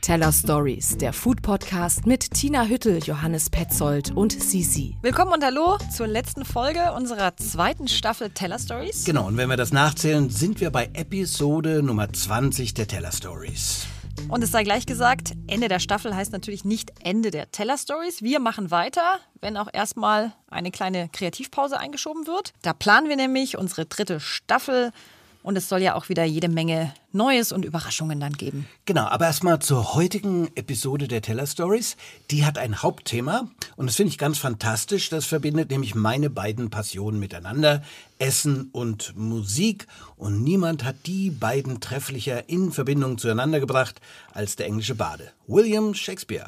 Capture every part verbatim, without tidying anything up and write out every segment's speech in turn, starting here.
Teller Stories, der Food-Podcast mit Tina Hüttel, Johannes Petzold und Sisi. Willkommen und hallo zur letzten Folge unserer zweiten Staffel Teller Stories. Genau, und wenn wir das nachzählen, sind wir bei Episode Nummer zwanzig der Teller Stories. Und es sei gleich gesagt, Ende der Staffel heißt natürlich nicht Ende der Teller Stories. Wir machen weiter, wenn auch erstmal eine kleine Kreativpause eingeschoben wird. Da planen wir nämlich unsere dritte Staffel. Und es soll ja auch wieder jede Menge Neues und Überraschungen dann geben. Genau, aber erstmal zur heutigen Episode der Teller Stories. Die hat ein Hauptthema und das finde ich ganz fantastisch. Das verbindet nämlich meine beiden Passionen miteinander, Essen und Musik. Und niemand hat die beiden trefflicher in Verbindung zueinander gebracht als der englische Bade, William Shakespeare.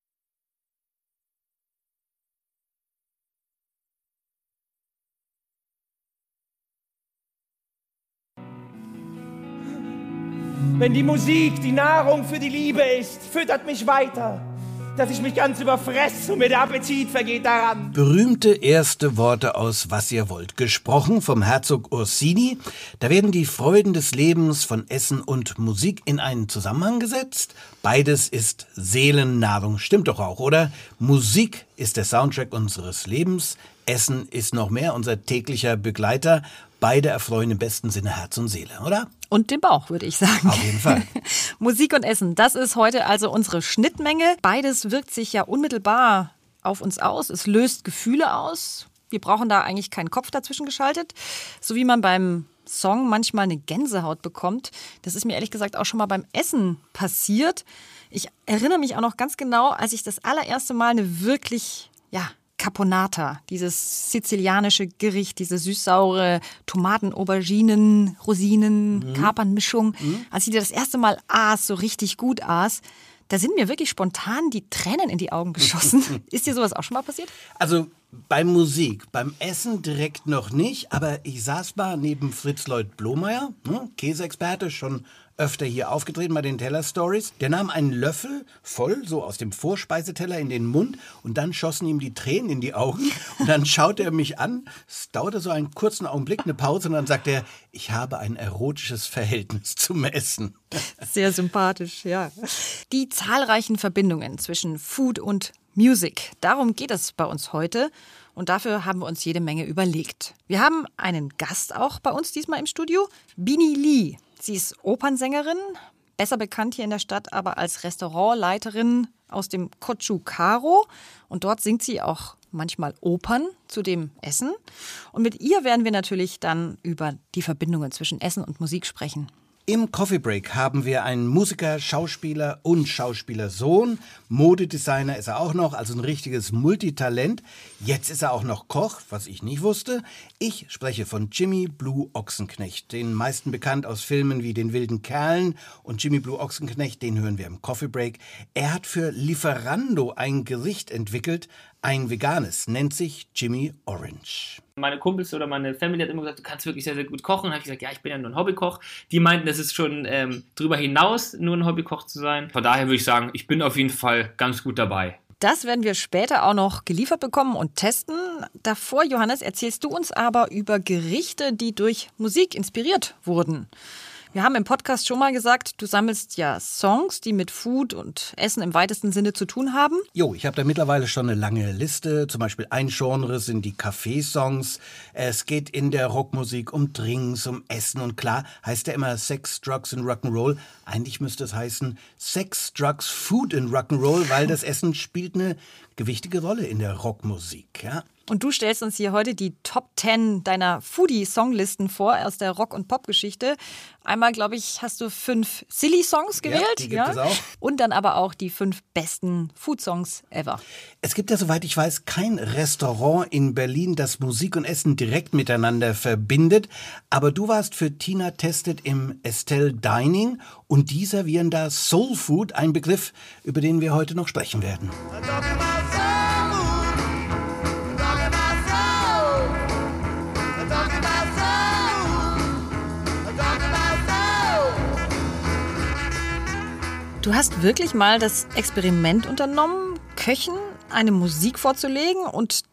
Wenn die Musik die Nahrung für die Liebe ist, füttert mich weiter, dass ich mich ganz überfresse und mir der Appetit vergeht daran. Berühmte erste Worte aus Was ihr wollt, gesprochen vom Herzog Orsini. Da werden die Freuden des Lebens von Essen und Musik in einen Zusammenhang gesetzt. Beides ist Seelennahrung, stimmt doch auch, oder? Musik ist der Soundtrack unseres Lebens, Essen ist noch mehr unser täglicher Begleiter. Beide erfreuen im besten Sinne Herz und Seele, oder? Und den Bauch, würde ich sagen. Auf jeden Fall. Musik und Essen, das ist heute also unsere Schnittmenge. Beides wirkt sich ja unmittelbar auf uns aus. Es löst Gefühle aus. Wir brauchen da eigentlich keinen Kopf dazwischen geschaltet. So wie man beim Song manchmal eine Gänsehaut bekommt. Das ist mir ehrlich gesagt auch schon mal beim Essen passiert. Ich erinnere mich auch noch ganz genau, als ich das allererste Mal eine wirklich, ja, Caponata, dieses sizilianische Gericht, diese süß-saure Tomaten, Auberginen, Rosinen, mhm. Kapernmischung. Mhm. Als ich die das erste Mal aß, so richtig gut aß, da sind mir wirklich spontan die Tränen in die Augen geschossen. Ist dir sowas auch schon mal passiert? Also bei Musik, beim Essen direkt noch nicht, aber ich saß mal neben Fritz Lloyd Blomeyer, ne, Käseexperte, schon öfter hier aufgetreten bei den Teller Stories. Der nahm einen Löffel voll, so aus dem Vorspeiseteller in den Mund und dann schossen ihm die Tränen in die Augen und dann schaute er mich an. Es dauerte so einen kurzen Augenblick, eine Pause und dann sagte er, ich habe ein erotisches Verhältnis zum Essen. Sehr sympathisch, ja. Die zahlreichen Verbindungen zwischen Food und Music, darum geht es bei uns heute. Und dafür haben wir uns jede Menge überlegt. Wir haben einen Gast auch bei uns diesmal im Studio, Bini Lee. Sie ist Opernsängerin, besser bekannt hier in der Stadt aber als Restaurantleiterin aus dem Kochu Karo. Und dort singt sie auch manchmal Opern zu dem Essen. Und mit ihr werden wir natürlich dann über die Verbindungen zwischen Essen und Musik sprechen. Im Coffee Break haben wir einen Musiker, Schauspieler und Schauspielersohn. Modedesigner ist er auch noch, also ein richtiges Multitalent. Jetzt ist er auch noch Koch, was ich nicht wusste. Ich spreche von Jimmy Blue Ochsenknecht, den meisten bekannt aus Filmen wie Den wilden Kerlen. Und Jimmy Blue Ochsenknecht, den hören wir im Coffee Break. Er hat für Lieferando ein Gericht entwickelt, ein veganes, nennt sich Jimmy Orange. Meine Kumpels oder meine Family hat immer gesagt, du kannst wirklich sehr, sehr gut kochen. Und habe ich gesagt, ja, ich bin ja nur ein Hobbykoch. Die meinten, das ist schon ähm, drüber hinaus, nur ein Hobbykoch zu sein. Von daher würde ich sagen, ich bin auf jeden Fall ganz gut dabei. Das werden wir später auch noch geliefert bekommen und testen. Davor, Johannes, erzählst du uns aber über Gerichte, die durch Musik inspiriert wurden. Wir haben im Podcast schon mal gesagt, du sammelst ja Songs, die mit Food und Essen im weitesten Sinne zu tun haben. Jo, ich habe da mittlerweile schon eine lange Liste. Zum Beispiel ein Genre sind die Café-Songs. Es geht in der Rockmusik um Drinks, um Essen. Und klar heißt ja immer Sex, Drugs and Rock'n'Roll. Eigentlich müsste es heißen Sex, Drugs, Food and Rock'n'Roll, weil das Essen spielt eine gewichtige Rolle in der Rockmusik, ja. Und du stellst uns hier heute die Top zehn deiner Foodie-Songlisten vor aus der Rock- und Pop-Geschichte. Einmal, glaube ich, hast du fünf Silly-Songs gewählt. Ja, die gibt ja. es auch. Und dann aber auch die fünf besten Food-Songs ever. Es gibt ja, soweit ich weiß, kein Restaurant in Berlin, das Musik und Essen direkt miteinander verbindet. Aber du warst für Tina Tested im Estelle Dining und die servieren da Soul Food, ein Begriff, über den wir heute noch sprechen werden. Du hast wirklich mal das Experiment unternommen, Köchen eine Musik vorzulegen und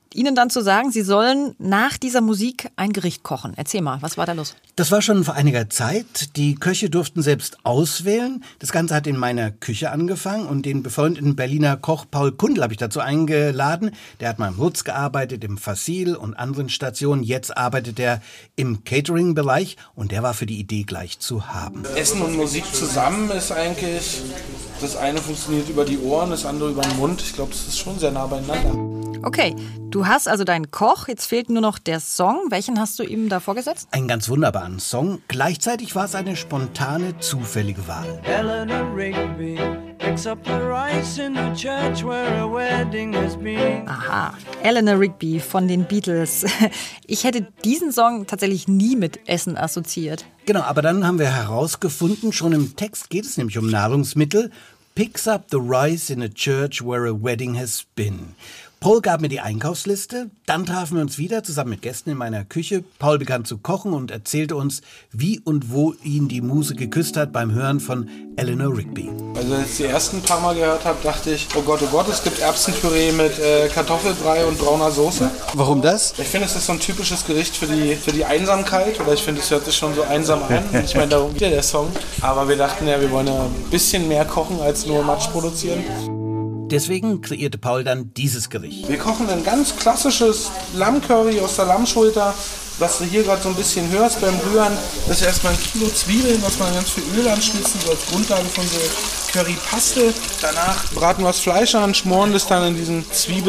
ihnen dann zu sagen, sie sollen nach dieser Musik ein Gericht kochen. Erzähl mal, was war da los? Das war schon vor einiger Zeit. Die Köche durften selbst auswählen. Das Ganze hat in meiner Küche angefangen und den befreundeten Berliner Koch Paul Kundl habe ich dazu eingeladen. Der hat mal im Rutz gearbeitet, im Facil und anderen Stationen. Jetzt arbeitet er im Catering-Bereich und der war für die Idee gleich zu haben. Essen und Musik zusammen ist eigentlich, das eine funktioniert über die Ohren, das andere über den Mund. Ich glaube, das ist schon sehr nah beieinander. Okay, du hast also deinen Koch, jetzt fehlt nur noch der Song. Welchen hast du ihm da vorgesetzt? Einen ganz wunderbaren Song. Gleichzeitig war es eine spontane, zufällige Wahl. Eleanor Rigby picks up the rice in the church where a wedding has been. Aha, Eleanor Rigby von den Beatles. Ich hätte diesen Song tatsächlich nie mit Essen assoziiert. Genau, aber dann haben wir herausgefunden, schon im Text geht es nämlich um Nahrungsmittel. Picks up the rice in a church where a wedding has been. Paul gab mir die Einkaufsliste, dann trafen wir uns wieder zusammen mit Gästen in meiner Küche. Paul begann zu kochen und erzählte uns, wie und wo ihn die Muse geküsst hat beim Hören von Eleanor Rigby. Also als ich die ersten paar Mal gehört habe, dachte ich, oh Gott, oh Gott, es gibt Erbsenpüree mit äh, Kartoffelbrei und brauner Soße. Warum das? Ich finde, es ist so ein typisches Gericht für die, für die Einsamkeit, oder ich finde, es hört sich schon so einsam an. Ich meine, darum geht ja der Song. Aber wir dachten ja, wir wollen ja ein bisschen mehr kochen als nur Matsch produzieren. Deswegen kreierte Paul dann dieses Gericht. Wir kochen ein ganz klassisches Lammcurry aus der Lammschulter. Was du hier gerade so ein bisschen hörst beim Rühren, das ist erstmal ein Kilo Zwiebeln, was man ganz viel Öl anschnitzen, so als Grundlage von so Currypaste. Danach braten wir das Fleisch an, schmoren das dann in diesen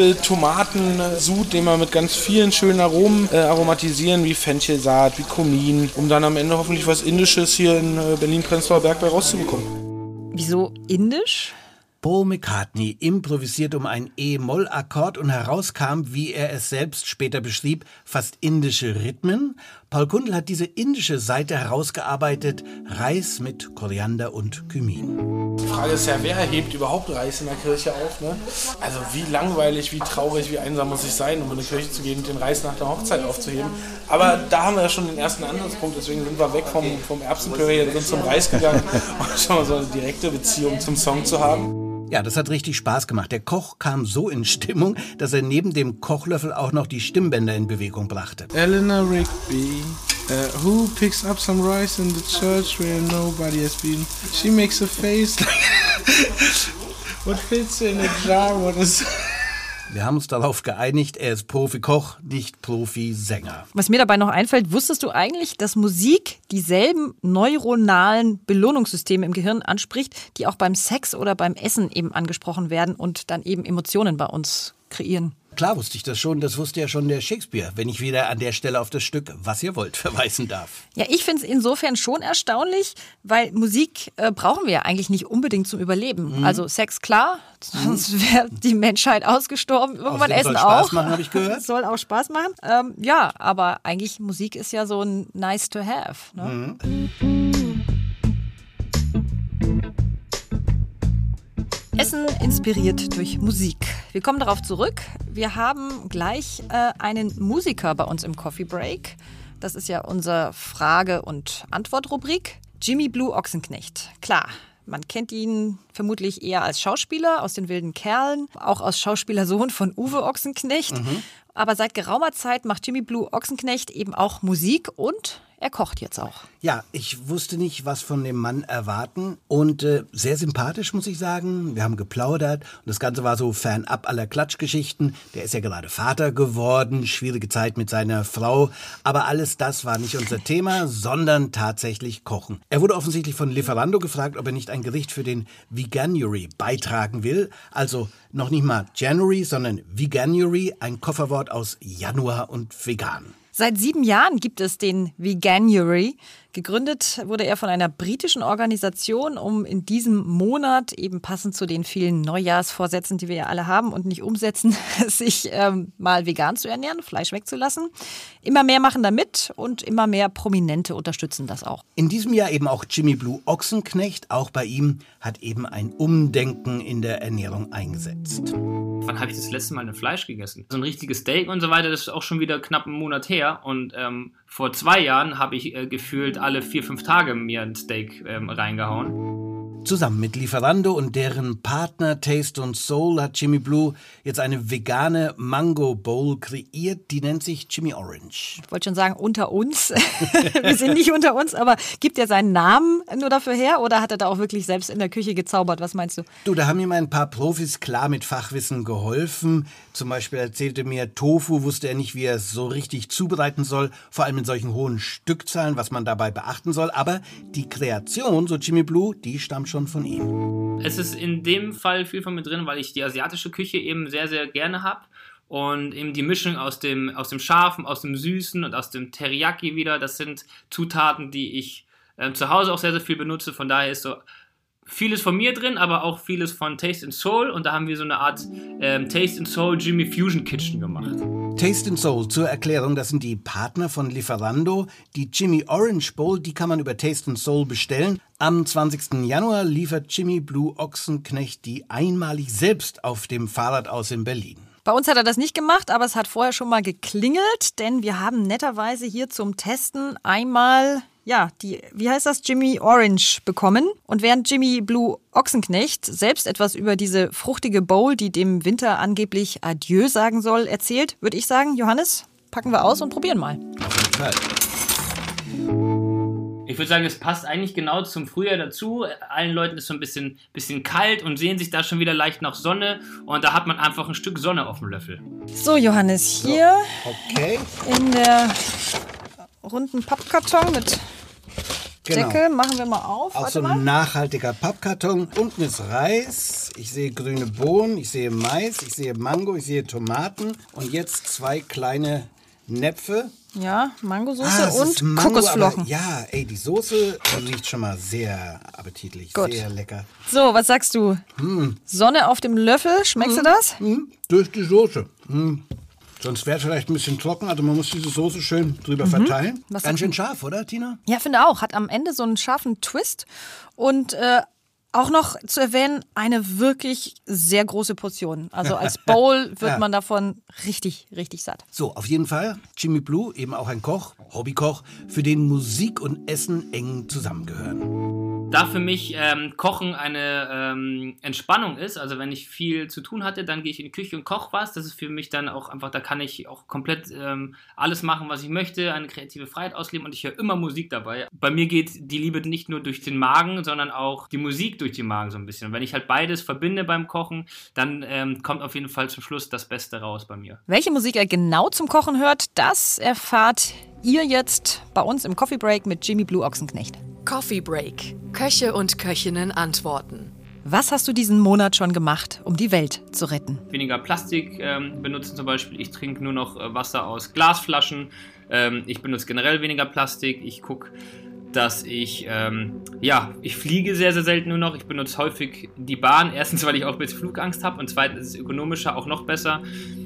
Zwiebel-Tomaten-Sud, den wir mit ganz vielen schönen Aromen äh, aromatisieren, wie Fenchelsaat, wie Kumin, um dann am Ende hoffentlich was Indisches hier in äh, Berlin-Prenzlauer Berg bei rauszubekommen. Wieso indisch? Paul McCartney improvisierte um einen E-Moll-Akkord und herauskam, wie er es selbst später beschrieb, fast indische Rhythmen. Paul Kundl hat diese indische Seite herausgearbeitet, Reis mit Koriander und Kymin. Die Frage ist ja, wer hebt überhaupt Reis in der Kirche auf? Ne? Also wie langweilig, wie traurig, wie einsam muss ich sein, um in die Kirche zu gehen und den Reis nach der Hochzeit aufzuheben. Aber da haben wir ja schon den ersten Ansatzpunkt, deswegen sind wir weg vom, vom Erbsenpüree und sind zum Reis gegangen, um schon mal so eine direkte Beziehung zum Song zu haben. Ja, das hat richtig Spaß gemacht. Der Koch kam so in Stimmung, dass er neben dem Kochlöffel auch noch die Stimmbänder in Bewegung brachte. Eleanor Rigby, uh, who picks up some rice in the church where nobody has been. She makes a face like what fits in a jar, what is... Wir haben uns darauf geeinigt, er ist Profikoch, nicht Profisänger. Was mir dabei noch einfällt, wusstest du eigentlich, dass Musik dieselben neuronalen Belohnungssysteme im Gehirn anspricht, die auch beim Sex oder beim Essen eben angesprochen werden und dann eben Emotionen bei uns kreieren? Klar wusste ich das schon, das wusste ja schon der Shakespeare, wenn ich wieder an der Stelle auf das Stück Was ihr wollt verweisen darf. Ja, ich finde es insofern schon erstaunlich, weil Musik äh, brauchen wir ja eigentlich nicht unbedingt zum Überleben. Mhm. Also Sex, klar, sonst wäre die Menschheit ausgestorben. Irgendwann Essen auch. Soll Spaß machen, habe ich gehört. Soll auch Spaß machen. Ähm, ja, aber eigentlich Musik ist ja so ein nice to have. Ne? Mhm. Essen inspiriert durch Musik. Wir kommen darauf zurück. Wir haben gleich äh, einen Musiker bei uns im Coffee Break. Das ist ja unsere Frage- und Antwort-Rubrik. Jimmy Blue Ochsenknecht. Klar, man kennt ihn vermutlich eher als Schauspieler aus den Wilden Kerlen, auch als Schauspielersohn von Uwe Ochsenknecht. Mhm. Aber seit geraumer Zeit macht Jimmy Blue Ochsenknecht eben auch Musik und er kocht jetzt auch. Ja, ich wusste nicht, was von dem Mann erwarten und äh, sehr sympathisch, muss ich sagen. Wir haben geplaudert und das Ganze war so fernab aller Klatschgeschichten. Der ist ja gerade Vater geworden, schwierige Zeit mit seiner Frau. Aber alles das war nicht unser Thema, sondern tatsächlich Kochen. Er wurde offensichtlich von Lieferando gefragt, ob er nicht ein Gericht für den Veganuary beitragen will. Also noch nicht mal January, sondern Veganuary, ein Kofferwort aus Januar und vegan. Seit sieben Jahren gibt es den Veganuary. Gegründet wurde er von einer britischen Organisation, um in diesem Monat, eben passend zu den vielen Neujahrsvorsätzen, die wir ja alle haben und nicht umsetzen, sich ähm, mal vegan zu ernähren, Fleisch wegzulassen. Immer mehr machen da mit und immer mehr Prominente unterstützen das auch. In diesem Jahr eben auch Jimmy Blue Ochsenknecht. Auch bei ihm hat eben ein Umdenken in der Ernährung eingesetzt. Wann habe ich das letzte Mal ein Fleisch gegessen? So ein richtiges Steak und so weiter, das ist auch schon wieder knapp einen Monat her. Und ähm, vor zwei Jahren habe ich äh, gefühlt alle vier, fünf Tage mir ein Steak ähm, reingehauen. Zusammen mit Lieferando und deren Partner Taste und Soul hat Jimmy Blue jetzt eine vegane Mango Bowl kreiert, die nennt sich Jimmy Orange. Ich wollte schon sagen, unter uns. Wir sind nicht unter uns, aber gibt er seinen Namen nur dafür her oder hat er da auch wirklich selbst in der Küche gezaubert? Was meinst du? Du, da haben ihm ein paar Profis klar mit Fachwissen geholfen. Zum Beispiel erzählte mir, Tofu wusste er nicht, wie er es so richtig zubereiten soll, vor allem in solchen hohen Stückzahlen, was man dabei beachten soll. Aber die Kreation, so Jimmy Blue, die stammt schon von ihm. Es ist in dem Fall viel von mir drin, weil ich die asiatische Küche eben sehr, sehr gerne habe. Und eben die Mischung aus dem, aus dem Scharfen, aus dem Süßen und aus dem Teriyaki wieder, das sind Zutaten, die ich äh, zu Hause auch sehr, sehr viel benutze. Von daher ist so vieles von mir drin, aber auch vieles von Taste and Soul. Und da haben wir so eine Art ähm, Taste and Soul Jimmy Fusion Kitchen gemacht. Taste and Soul, zur Erklärung, das sind die Partner von Lieferando. Die Jimmy Orange Bowl, die kann man über Taste and Soul bestellen. Am zwanzigsten Januar liefert Jimmy Blue Ochsenknecht die einmalig selbst auf dem Fahrrad aus in Berlin. Bei uns hat er das nicht gemacht, aber es hat vorher schon mal geklingelt, denn wir haben netterweise hier zum Testen einmal, ja, die, wie heißt das, Jimmy Orange bekommen. Und während Jimmy Blue Ochsenknecht selbst etwas über diese fruchtige Bowl, die dem Winter angeblich Adieu sagen soll, erzählt, würde ich sagen, Johannes, packen wir aus und probieren mal. Auf jeden Fall. Ich würde sagen, es passt eigentlich genau zum Frühjahr dazu. Allen Leuten ist so ein bisschen, bisschen kalt und sehen sich da schon wieder leicht nach Sonne. Und da hat man einfach ein Stück Sonne auf dem Löffel. So, Johannes, hier Okay. in der runden Pappkarton mit Genau. Deckel machen wir mal auf. Auch Warte so ein mal. nachhaltiger Pappkarton. Unten ist Reis. Ich sehe grüne Bohnen. Ich sehe Mais. Ich sehe Mango. Ich sehe Tomaten. Und jetzt zwei kleine Näpfe. Ja, Mangosauce Ah, es und ist Mango, Kokosflocken. aber ja, ey, die Soße riecht schon mal sehr appetitlich. Gut. Sehr lecker. So, was sagst du? Mm. Sonne auf dem Löffel, schmeckst du das? Mm, durch die Soße. Mm. Sonst wäre es vielleicht ein bisschen trocken, also man muss diese Soße schön drüber verteilen. Was Ganz sagst schön scharf, oder, Tina? Ja, finde auch. Hat am Ende so einen scharfen Twist und äh, auch noch zu erwähnen, eine wirklich sehr große Portion. Also als Bowl wird Ja. man davon richtig, richtig satt. So, auf jeden Fall, Jimmy Blue, eben auch ein Koch, Hobbykoch, für den Musik und Essen eng zusammengehören. Da für mich ähm, Kochen eine ähm, Entspannung ist, also wenn ich viel zu tun hatte, dann gehe ich in die Küche und koche was. Das ist für mich dann auch einfach, da kann ich auch komplett ähm, alles machen, was ich möchte, eine kreative Freiheit ausleben und ich höre immer Musik dabei. Bei mir geht die Liebe nicht nur durch den Magen, sondern auch die Musik durch den Magen so ein bisschen. Und wenn ich halt beides verbinde beim Kochen, dann ähm, kommt auf jeden Fall zum Schluss das Beste raus bei mir. Welche Musik er genau zum Kochen hört, das erfahrt ihr jetzt bei uns im Coffee Break mit Jimmy Blue Ochsenknecht. Coffee Break. Köche und Köchinnen antworten. Was hast du diesen Monat schon gemacht, um die Welt zu retten? Weniger Plastik ähm, benutzen zum Beispiel. Ich trinke nur noch äh, Wasser aus Glasflaschen. Ähm, ich benutze generell weniger Plastik. Ich gucke, dass ich, ähm, ja, ich fliege sehr, sehr selten nur noch. Ich benutze häufig die Bahn. Erstens, weil ich auch ein bisschen Flugangst habe und zweitens ist es ökonomischer, auch noch besser.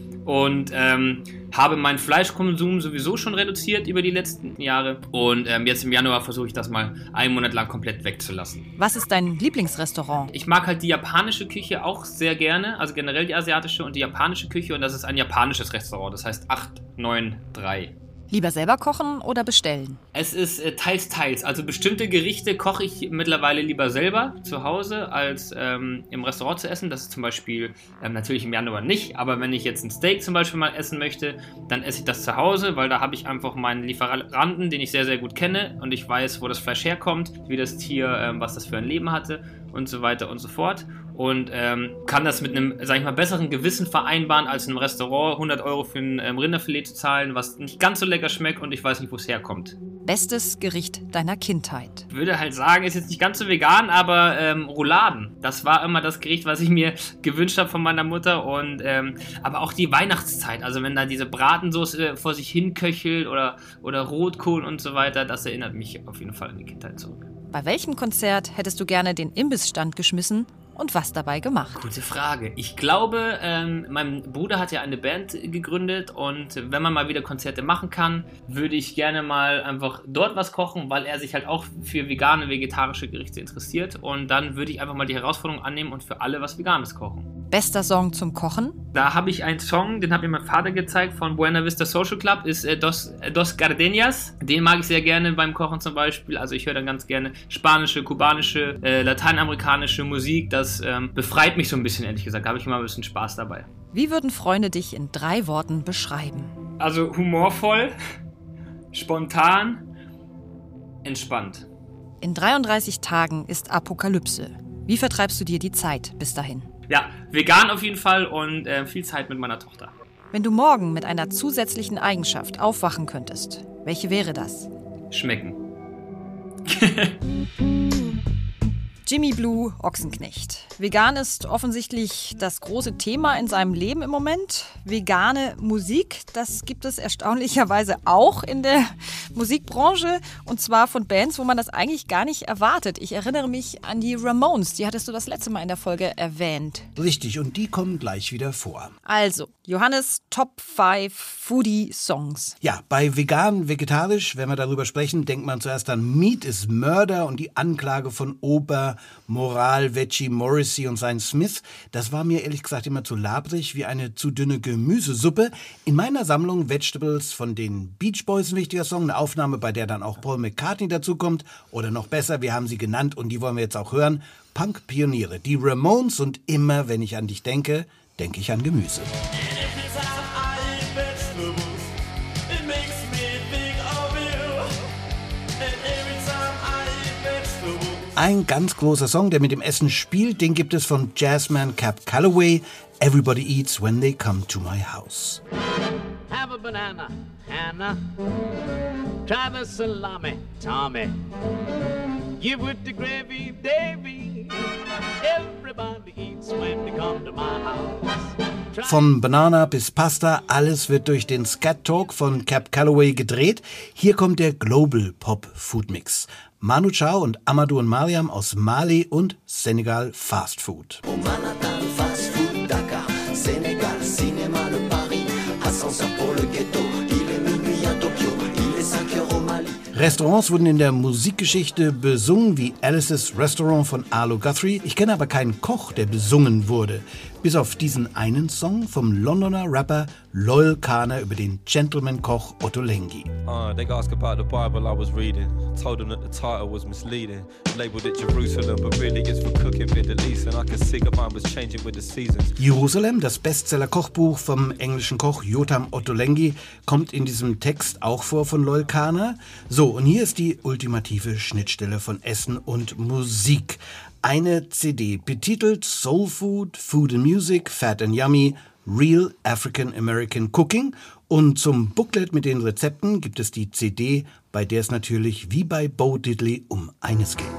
Und ähm, habe meinen Fleischkonsum sowieso schon reduziert über die letzten Jahre. Und ähm, jetzt im Januar versuche ich das mal einen Monat lang komplett wegzulassen. Was ist dein Lieblingsrestaurant? Ich mag halt die japanische Küche auch sehr gerne, also generell die asiatische und die japanische Küche. Und das ist ein japanisches Restaurant, das heißt acht neun drei. Lieber selber kochen oder bestellen? Es ist äh, teils, teils. Also bestimmte Gerichte koche ich mittlerweile lieber selber zu Hause, als ähm, im Restaurant zu essen. Das ist zum Beispiel ähm, natürlich im Januar nicht, aber wenn ich jetzt ein Steak zum Beispiel mal essen möchte, dann esse ich das zu Hause, weil da habe ich einfach meinen Lieferanten, den ich sehr, sehr gut kenne und ich weiß, wo das Fleisch herkommt, wie das Tier, ähm, was das für ein Leben hatte und so weiter und so fort. Und ähm, kann das mit einem, sag ich mal, besseren Gewissen vereinbaren, als in einem Restaurant hundert Euro für ein ähm, Rinderfilet zu zahlen, was nicht ganz so lecker schmeckt und ich weiß nicht, wo es herkommt. Bestes Gericht deiner Kindheit? Ich würde halt sagen, ist jetzt nicht ganz so vegan, aber ähm, Rouladen. Das war immer das Gericht, was ich mir gewünscht habe von meiner Mutter. Und ähm, aber auch die Weihnachtszeit, also wenn da diese Bratensoße vor sich hin köchelt oder, oder Rotkohl und so weiter, das erinnert mich auf jeden Fall an die Kindheit zurück. Bei welchem Konzert hättest du gerne den Imbissstand geschmissen und was dabei gemacht? Gute Frage. Ich glaube, ähm, mein Bruder hat ja eine Band gegründet und wenn man mal wieder Konzerte machen kann, würde ich gerne mal einfach dort was kochen, weil er sich halt auch für vegane, vegetarische Gerichte interessiert und dann würde ich einfach mal die Herausforderung annehmen und für alle was Veganes kochen. Bester Song zum Kochen? Da habe ich einen Song, den hat mir mein Vater gezeigt, von Buena Vista Social Club, ist äh, Dos, äh, Dos Gardenias. Den mag ich sehr gerne beim Kochen zum Beispiel. Also ich höre dann ganz gerne spanische, kubanische, äh, lateinamerikanische Musik. Das ähm, befreit mich so ein bisschen, ehrlich gesagt. Da habe ich immer ein bisschen Spaß dabei. Wie würden Freunde dich in drei Worten beschreiben? Also humorvoll, spontan, entspannt. In dreiunddreißig Tagen ist Apokalypse. Wie vertreibst du dir die Zeit bis dahin? Ja, vegan auf jeden Fall und äh, viel Zeit mit meiner Tochter. Wenn du morgen mit einer zusätzlichen Eigenschaft aufwachen könntest, welche wäre das? Schmecken. Jimmy Blue Ochsenknecht. Vegan ist offensichtlich das große Thema in seinem Leben im Moment. Vegane Musik, das gibt es erstaunlicherweise auch in der Musikbranche. Und zwar von Bands, wo man das eigentlich gar nicht erwartet. Ich erinnere mich an die Ramones, die hattest du das letzte Mal in der Folge erwähnt. Richtig, und die kommen gleich wieder vor. Also, Johannes Top fünf Foodie-Songs. Ja, bei vegan, vegetarisch, wenn wir darüber sprechen, denkt man zuerst an Meat is Murder und die Anklage von Ober Moral, Veggie, Morrissey und sein Smith. Das war mir ehrlich gesagt immer zu labrig, wie eine zu dünne Gemüsesuppe. In meiner Sammlung Vegetables von den Beach Boys ein wichtiger Song, eine Aufnahme, bei der dann auch Paul McCartney dazukommt. Oder noch besser, wir haben sie genannt und die wollen wir jetzt auch hören. Punk-Pioniere, die Ramones, und immer, wenn ich an dich denke, denke ich an Gemüse. Ein ganz großer Song, der mit dem Essen spielt, den gibt es von Jazzman Cab Calloway. Everybody eats when they come to my house. Have a banana, Hannah. Try the salami, Tommy. Give with the gravy, Davy. Everybody eats when they come to my house. Von Banana bis Pasta, alles wird durch den Scat Talk von Cab Calloway gedreht. Hier kommt der Global Pop Food Mix. Manu Chao und Amadou und Mariam aus Mali und Senegal Fast Food. Restaurants wurden in der Musikgeschichte besungen, wie Alice's Restaurant von Arlo Guthrie. Ich kenne aber keinen Koch, der besungen wurde. Bis auf diesen einen Song vom Londoner Rapper Loyle Carner über den Gentleman-Koch Otto Lengi. Uh, they asked about the Bible I was reading. Told them that the title was misleading. Labeled it Jerusalem, but really it's for cooking Middle East. And I could see that mine was changing with the seasons. Jerusalem, das Bestseller-Kochbuch vom englischen Koch Jotam Otto Lengi, kommt in diesem Text auch vor von Loyle Carner. So, und hier ist die ultimative Schnittstelle von Essen und Musik. Eine C D, betitelt Soul Food, Food and Music, Fat and Yummy, Real African American Cooking. Und zum Booklet mit den Rezepten gibt es die C D, bei der es natürlich wie bei Bo Diddley um eines geht.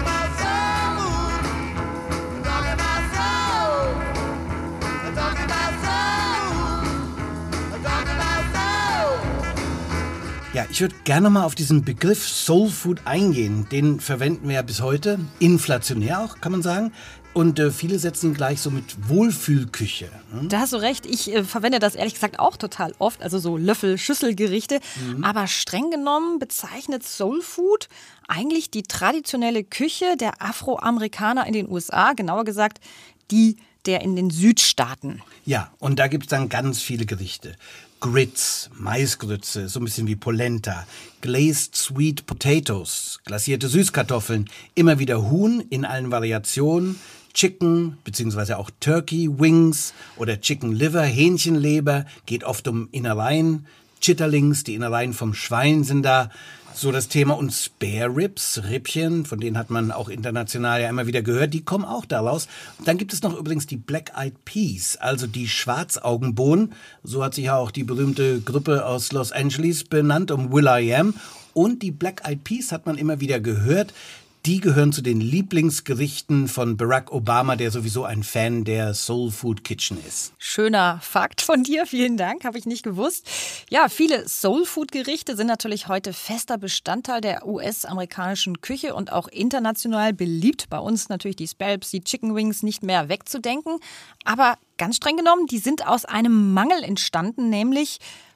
Ja, ich würde gerne mal auf diesen Begriff Soul Food eingehen. Den verwenden wir ja bis heute, inflationär auch, kann man sagen. Und äh, viele setzen ihn gleich so mit Wohlfühlküche. Hm? Da hast du recht. Ich äh, verwende das ehrlich gesagt auch total oft. Also so Löffel-Schüsselgerichte. Mhm. Aber streng genommen bezeichnet Soul Food eigentlich die traditionelle Küche der Afroamerikaner in den U S A. Genauer gesagt, die der in den Südstaaten. Ja, und da gibt es dann ganz viele Gerichte. Grits, Maisgrütze, so ein bisschen wie Polenta, Glazed Sweet Potatoes, glasierte Süßkartoffeln, immer wieder Huhn in allen Variationen, Chicken bzw. auch Turkey Wings oder Chicken Liver, Hähnchenleber, geht oft um Innereien, Chitterlings, die Innereien vom Schwein sind da. So das Thema, und Spare Ribs, Rippchen, von denen hat man auch international ja immer wieder gehört, die kommen auch daraus. Und dann gibt es noch übrigens die Black Eyed Peas, also die Schwarzaugenbohnen. So hat sich ja auch die berühmte Gruppe aus Los Angeles benannt, um will.i.am. Und die Black Eyed Peas hat man immer wieder gehört. Die gehören zu den Lieblingsgerichten von Barack Obama, der sowieso ein Fan der Soul Food Kitchen ist. Schöner Fakt von dir, vielen Dank, habe ich nicht gewusst. Ja, viele Soul Food Gerichte sind natürlich heute fester Bestandteil der U S-amerikanischen Küche und auch international beliebt. Bei uns natürlich die Spare Ribs, die Chicken Wings nicht mehr wegzudenken. Aber ganz streng genommen, die sind aus einem Mangel entstanden, nämlich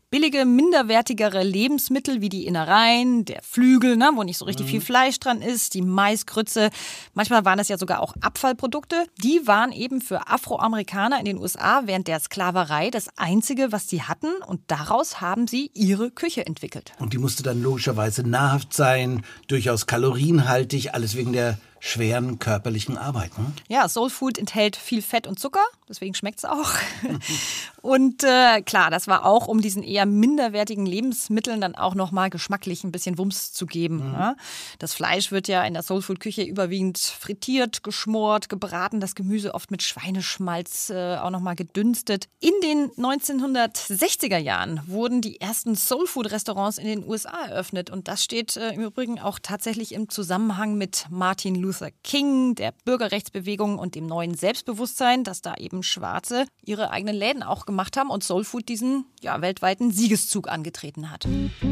billige, minderwertigere Lebensmittel wie die Innereien, der Flügel, ne, wo nicht so richtig mhm. viel Fleisch dran ist, die Maiskrütze, manchmal waren das ja sogar auch Abfallprodukte, die waren eben für Afroamerikaner in den U S A während der Sklaverei das Einzige, was sie hatten, und daraus haben sie ihre Küche entwickelt. Und die musste dann logischerweise nahrhaft sein, durchaus kalorienhaltig, alles wegen der schweren körperlichen Arbeit. Ne? Ja, Soul Food enthält viel Fett und Zucker, deswegen schmeckt es auch. Und äh, klar, das war auch, um diesen eher minderwertigen Lebensmitteln dann auch nochmal geschmacklich ein bisschen Wumms zu geben. Mhm. Ja? Das Fleisch wird ja in der Soul Food Küche überwiegend frittiert, geschmort, gebraten, das Gemüse oft mit Schweineschmalz äh, auch nochmal gedünstet. In den neunzehnhundertsechziger Jahren wurden die ersten Soul Food Restaurants in den U S A eröffnet, und das steht äh, im Übrigen auch tatsächlich im Zusammenhang mit Martin Luther King, der Bürgerrechtsbewegung und dem neuen Selbstbewusstsein, dass da eben Schwarze ihre eigenen Läden auch gemacht haben und Soul Food diesen ja, weltweiten Siegeszug angetreten hat.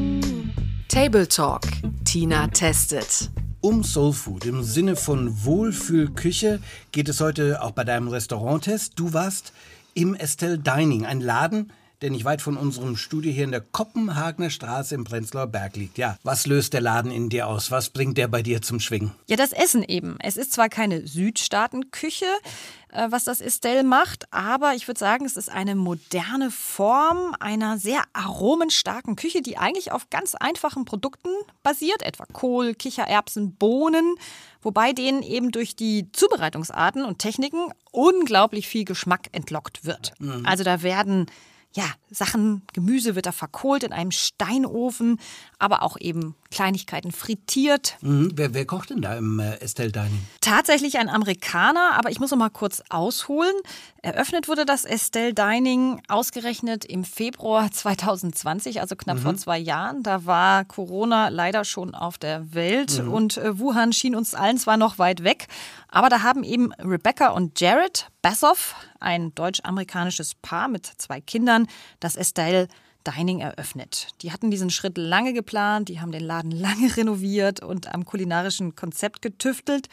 Table Talk. Tina testet. Um Soul Food im Sinne von Wohlfühlküche geht es heute auch bei deinem Restauranttest. Du warst im Estelle Dining, ein Laden, der nicht weit von unserem Studio hier in der Kopenhagener Straße im Prenzlauer Berg liegt. Ja, was löst der Laden in dir aus? Was bringt der bei dir zum Schwingen? Ja, das Essen eben. Es ist zwar keine Südstaatenküche, äh, was das Estelle macht, aber ich würde sagen, es ist eine moderne Form einer sehr aromenstarken Küche, die eigentlich auf ganz einfachen Produkten basiert, etwa Kohl, Kichererbsen, Bohnen, wobei denen eben durch die Zubereitungsarten und Techniken unglaublich viel Geschmack entlockt wird. Mhm. Also da werden ja, Sachen, Gemüse wird da verkohlt in einem Steinofen, aber auch eben Kleinigkeiten frittiert. Mhm. Wer, wer kocht denn da im äh, Estelle Dining? Tatsächlich ein Amerikaner, aber ich muss noch mal kurz ausholen. Eröffnet wurde das Estelle Dining ausgerechnet im Februar zweitausendzwanzig, also knapp mhm. vor zwei Jahren. Da war Corona leider schon auf der Welt mhm. und äh, Wuhan schien uns allen zwar noch weit weg, aber da haben eben Rebecca und Jared Bassoff, ein deutsch-amerikanisches Paar mit zwei Kindern, das Estelle Dining eröffnet. Die hatten diesen Schritt lange geplant, die haben den Laden lange renoviert und am kulinarischen Konzept getüftelt.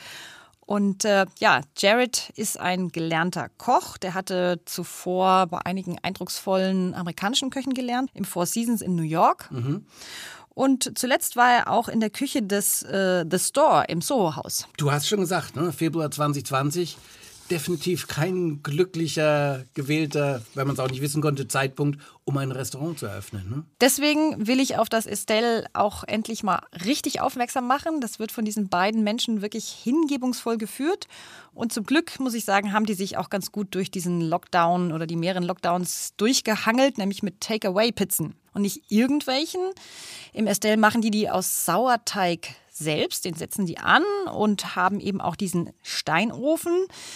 Und äh, ja, Jared ist ein gelernter Koch. Der hatte zuvor bei einigen eindrucksvollen amerikanischen Köchen gelernt, im Four Seasons in New York. Mhm. Und zuletzt war er auch in der Küche des äh, The Store im Soho-Haus. Du hast schon gesagt, ne? Februar zwanzig zwanzig. Definitiv kein glücklicher, gewählter, wenn man es auch nicht wissen konnte, Zeitpunkt, um ein Restaurant zu eröffnen. Ne? Deswegen will ich auf das Estelle auch endlich mal richtig aufmerksam machen. Das wird von diesen beiden Menschen wirklich hingebungsvoll geführt. Und zum Glück, muss ich sagen, haben die sich auch ganz gut durch diesen Lockdown oder die mehreren Lockdowns durchgehangelt, nämlich mit Takeaway-Pizzen. Und nicht irgendwelchen. Im Estelle machen die die aus Sauerteig selbst, den setzen die an und haben eben auch diesen Steinofen.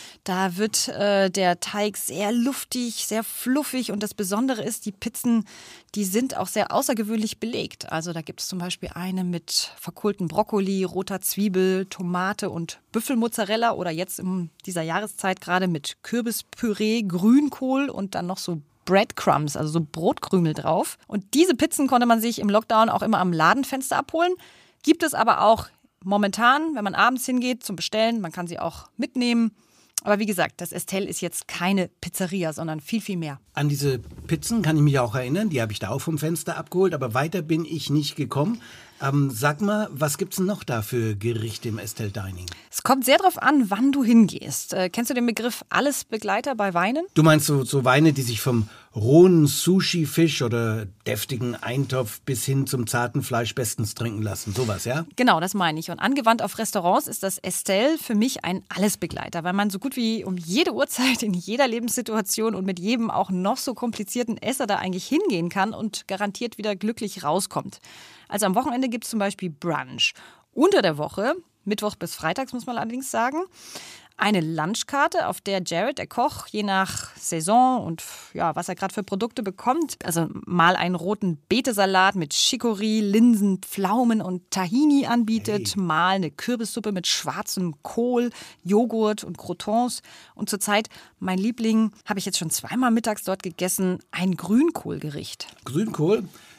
Da wird äh, der Teig sehr luftig, sehr fluffig, und das Besondere ist, die Pizzen, die sind auch sehr außergewöhnlich belegt. Also da gibt es zum Beispiel eine mit verkohlten Brokkoli, roter Zwiebel, Tomate und Büffelmozzarella oder jetzt in dieser Jahreszeit gerade mit Kürbispüree, Grünkohl und dann noch so Breadcrumbs, also so Brotkrümel drauf. Und diese Pizzen konnte man sich im Lockdown auch immer am Ladenfenster abholen. Gibt es aber auch momentan, wenn man abends hingeht zum Bestellen. Man kann sie auch mitnehmen. Aber wie gesagt, das Estelle ist jetzt keine Pizzeria, sondern viel, viel mehr. An diese Pizzen kann ich mich auch erinnern. Die habe ich da auch vom Fenster abgeholt. Aber weiter bin ich nicht gekommen. Ähm, sag mal, was gibt's denn noch da für Gerichte im Estelle Dining? Es kommt sehr darauf an, wann du hingehst. Äh, kennst du den Begriff Allesbegleiter bei Weinen? Du meinst so, so Weine, die sich vom rohen Sushi-Fisch oder deftigen Eintopf bis hin zum zarten Fleisch bestens trinken lassen. Sowas, ja? Genau, das meine ich. Und angewandt auf Restaurants ist das Estelle für mich ein Allesbegleiter, weil man so gut wie um jede Uhrzeit, in jeder Lebenssituation und mit jedem auch noch so komplizierten Esser da eigentlich hingehen kann und garantiert wieder glücklich rauskommt. Also am Wochenende gibt es zum Beispiel Brunch. Unter der Woche, Mittwoch bis Freitags muss man allerdings sagen, eine Lunchkarte, auf der Jared, der Koch, je nach Saison und ja, was er gerade für Produkte bekommt, also mal einen roten Betesalat mit Chicorée, Linsen, Pflaumen und Tahini anbietet, hey. Mal eine Kürbissuppe mit schwarzem Kohl, Joghurt und Croutons. Und zurzeit, mein Liebling, habe ich jetzt schon zweimal mittags dort gegessen, ein Grünkohlgericht. Grünkohl?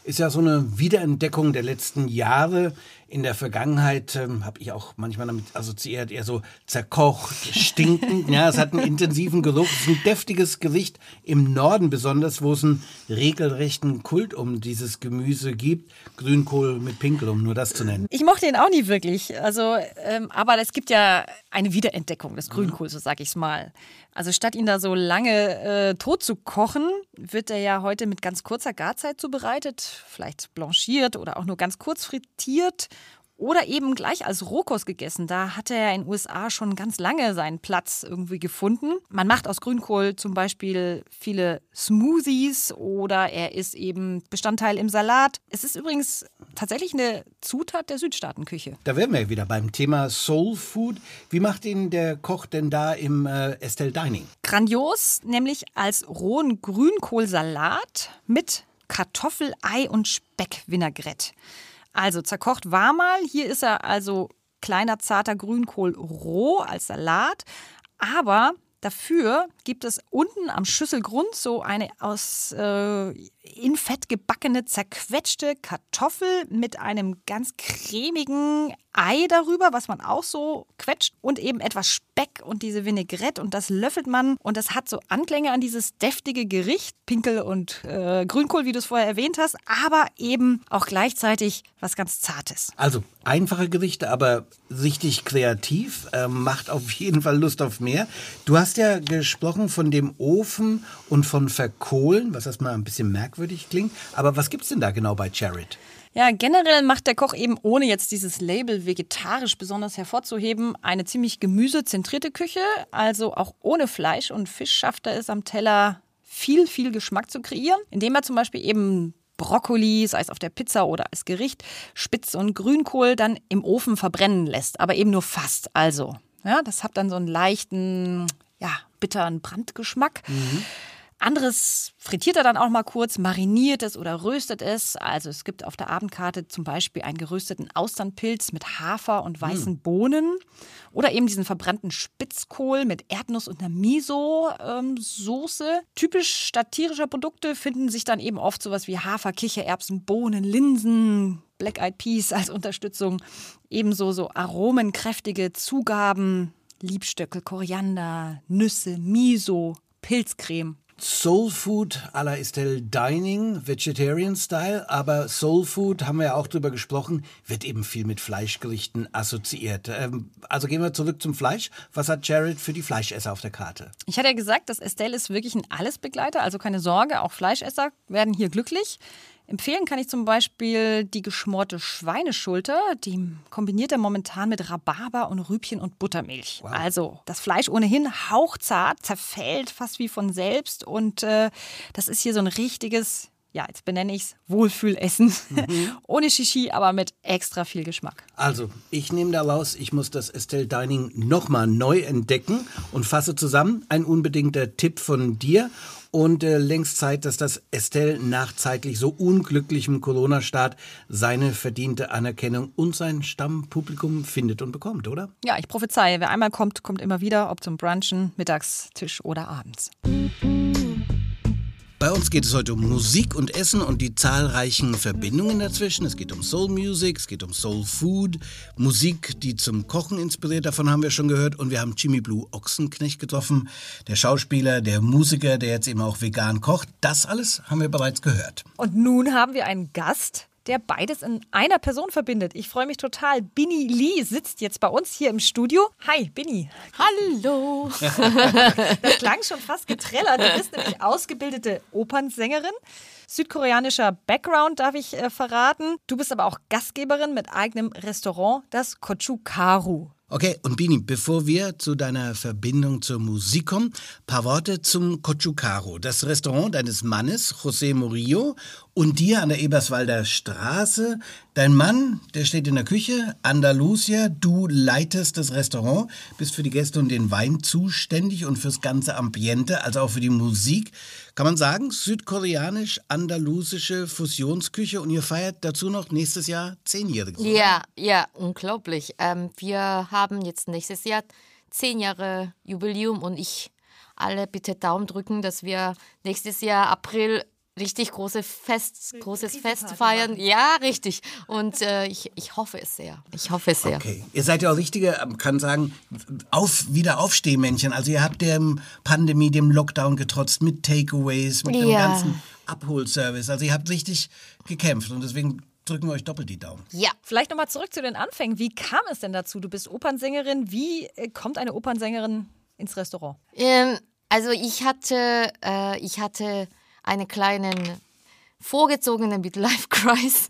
ist ja so eine Wiederentdeckung der letzten Jahre. In der Vergangenheit ähm, habe ich auch manchmal damit assoziiert, eher so zerkocht, stinkend. Ja, es hat einen intensiven Geruch. Es ist ein deftiges Gericht im Norden besonders, wo es einen regelrechten Kult um dieses Gemüse gibt. Grünkohl mit Pinkel, um nur das zu nennen. Ich mochte ihn auch nie wirklich. Also, ähm, aber es gibt ja eine Wiederentdeckung des Grünkohls, so sag ich's mal. Also statt ihn da so lange äh, tot zu kochen, wird er ja heute mit ganz kurzer Garzeit zubereitet, vielleicht blanchiert oder auch nur ganz kurz frittiert oder eben gleich als Rohkost gegessen. Da hat er ja in den U S A schon ganz lange seinen Platz irgendwie gefunden. Man macht aus Grünkohl zum Beispiel viele Smoothies oder er ist eben Bestandteil im Salat. Es ist übrigens tatsächlich eine Zutat der Südstaatenküche. Da wären wir wieder beim Thema Soul Food. Wie macht ihn der Koch denn da im äh, Estelle Dining? Grandios, nämlich als rohen Grünkohlsalat mit Kartoffel, Ei und Speck-Vinaigrette. Also zerkocht war mal. Hier ist er also kleiner, zarter Grünkohl roh als Salat. Aber dafür gibt es unten am Schüsselgrund so eine aus äh, in Fett gebackene, zerquetschte Kartoffel mit einem ganz cremigen Ei darüber, was man auch so quetscht und eben etwas Speck und diese Vinaigrette und das löffelt man und das hat so Anklänge an dieses deftige Gericht, Pinkel und äh, Grünkohl, wie du es vorher erwähnt hast, aber eben auch gleichzeitig was ganz Zartes. Also einfache Gerichte, aber richtig kreativ, äh, macht auf jeden Fall Lust auf mehr. Du hast ja gesprochen von dem Ofen und von Verkohlen, was erstmal ein bisschen merkwürdig klingt, aber was gibt's denn da genau bei Jared? Ja, generell macht der Koch eben, ohne jetzt dieses Label vegetarisch besonders hervorzuheben, eine ziemlich gemüsezentrierte Küche. Also auch ohne Fleisch und Fisch schafft er es am Teller viel, viel Geschmack zu kreieren, indem er zum Beispiel eben Brokkoli, sei es auf der Pizza oder als Gericht, Spitz- und Grünkohl dann im Ofen verbrennen lässt, aber eben nur fast. Also, ja, das hat dann so einen leichten, ja, bitteren Brandgeschmack. Mhm. Anderes frittiert er dann auch mal kurz, mariniert es oder röstet es. Also es gibt auf der Abendkarte zum Beispiel einen gerösteten Austernpilz mit Hafer und weißen mm. Bohnen. Oder eben diesen verbrannten Spitzkohl mit Erdnuss und einer Miso-Soße. Ähm, Typisch statt tierischer Produkte finden sich dann eben oft sowas wie Hafer, Kichererbsen, Bohnen, Linsen, Black Eyed Peas als Unterstützung. Ebenso so aromenkräftige Zugaben, Liebstöckel, Koriander, Nüsse, Miso, Pilzcreme. Soul Food à la Estelle Dining, Vegetarian Style, aber Soul Food, haben wir ja auch drüber gesprochen, wird eben viel mit Fleischgerichten assoziiert. Ähm, also gehen wir zurück zum Fleisch. Was hat Jared für die Fleischesser auf der Karte? Ich hatte ja gesagt, das Estelle ist wirklich ein Allesbegleiter, also keine Sorge, auch Fleischesser werden hier glücklich. Empfehlen kann ich zum Beispiel die geschmorte Schweineschulter. Die kombiniert er momentan mit Rhabarber und Rübchen und Buttermilch. Wow. Also das Fleisch ohnehin hauchzart, zerfällt fast wie von selbst. Und äh, das ist hier so ein richtiges, ja, jetzt benenne ich es, Wohlfühlessen. Mhm. Ohne Shishi, aber mit extra viel Geschmack. Also, ich nehme daraus, ich muss das Estelle Dining nochmal neu entdecken und fasse zusammen. Ein unbedingter Tipp von dir. Und äh, längst Zeit, dass das Estelle nach zeitlich so unglücklichem Corona-Start seine verdiente Anerkennung und sein Stammpublikum findet und bekommt, oder? Ja, ich prophezeie, wer einmal kommt, kommt immer wieder, ob zum Brunchen, Mittagstisch oder abends. Bei uns geht es heute um Musik und Essen und die zahlreichen Verbindungen dazwischen. Es geht um Soul Music, es geht um Soul Food, Musik, die zum Kochen inspiriert, davon haben wir schon gehört. Und wir haben Jimmy Blue Ochsenknecht getroffen, der Schauspieler, der Musiker, der jetzt eben auch vegan kocht. Das alles haben wir bereits gehört. Und nun haben wir einen Gast, der beides in einer Person verbindet. Ich freue mich total. Binny Lee sitzt jetzt bei uns hier im Studio. Hi, Binny. Hallo. Das klang schon fast getrellert. Du bist nämlich ausgebildete Opernsängerin. Südkoreanischer Background, darf ich äh, verraten. Du bist aber auch Gastgeberin mit eigenem Restaurant, das Gochugaru. Okay, und Bini, bevor wir zu deiner Verbindung zur Musik kommen, paar Worte zum Gochugaru, das Restaurant deines Mannes, José Murillo, und dir an der Eberswalder Straße. Dein Mann, der steht in der Küche, Andalusia, du leitest das Restaurant, bist für die Gäste und den Wein zuständig und fürs ganze Ambiente, also auch für die Musik. Kann man sagen, südkoreanisch-andalusische Fusionsküche und ihr feiert dazu noch nächstes Jahr zehnjähriges. Ja, ja, unglaublich. Ähm, wir haben jetzt nächstes Jahr zehn Jahre Jubiläum und ich alle bitte Daumen drücken, dass wir nächstes Jahr April richtig große Fest, großes Fest feiern. Ja, richtig. Und äh, ich, ich hoffe es sehr. Ich hoffe es sehr. Okay. Ihr seid ja auch richtige, man kann sagen, auf, wieder Aufstehmännchen. Also ihr habt der Pandemie, dem Lockdown getrotzt mit Takeaways, mit dem Ja. ganzen Abholservice. Also ihr habt richtig gekämpft und deswegen drücken wir euch doppelt die Daumen. Ja. Vielleicht nochmal zurück zu den Anfängen. Wie kam es denn dazu? Du bist Opernsängerin. Wie äh, kommt eine Opernsängerin ins Restaurant? Ähm, also ich hatte, äh, ich hatte einen kleinen vorgezogenen Midlife-Crisis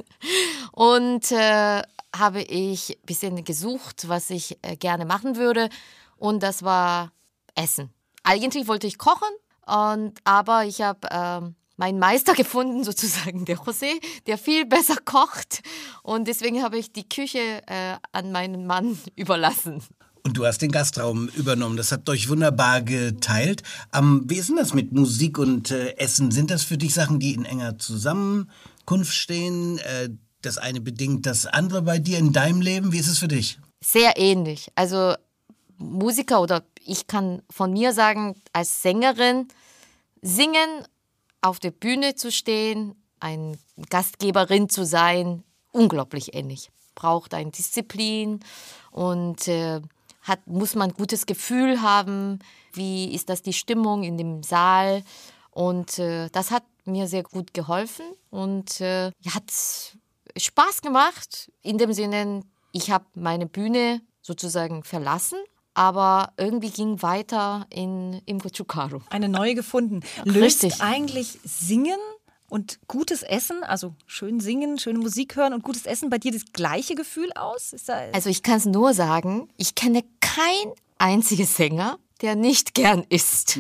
und äh, habe ich ein bisschen gesucht, was ich äh, gerne machen würde, und das war Essen. Eigentlich wollte ich kochen, und, aber ich habe äh, meinen Meister gefunden, sozusagen der José, der viel besser kocht, und deswegen habe ich die Küche äh, an meinen Mann überlassen. Und du hast den Gastraum übernommen. Das habt ihr euch wunderbar geteilt. Ähm, wie ist denn das mit Musik und äh, Essen? Sind das für dich Sachen, die in enger Zusammenkunft stehen? Äh, das eine bedingt das andere bei dir in deinem Leben? Wie ist es für dich? Sehr ähnlich. Also Musiker, oder ich kann von mir sagen, als Sängerin, singen, auf der Bühne zu stehen, eine Gastgeberin zu sein, unglaublich ähnlich. Braucht eine Disziplin und äh, hat, muss man ein gutes Gefühl haben, wie ist das die Stimmung in dem Saal, und äh, das hat mir sehr gut geholfen und äh, hat Spaß gemacht, in dem Sinne, ich habe meine Bühne sozusagen verlassen, aber irgendwie ging weiter in, im Gochucaro. Eine neue gefunden. Löst Richtig. eigentlich Singen und gutes Essen, also schön singen, schöne Musik hören und gutes Essen bei dir das gleiche Gefühl aus? Ist da Also ich kann es nur sagen, ich kenne keinen einzigen Sänger, der nicht gern isst.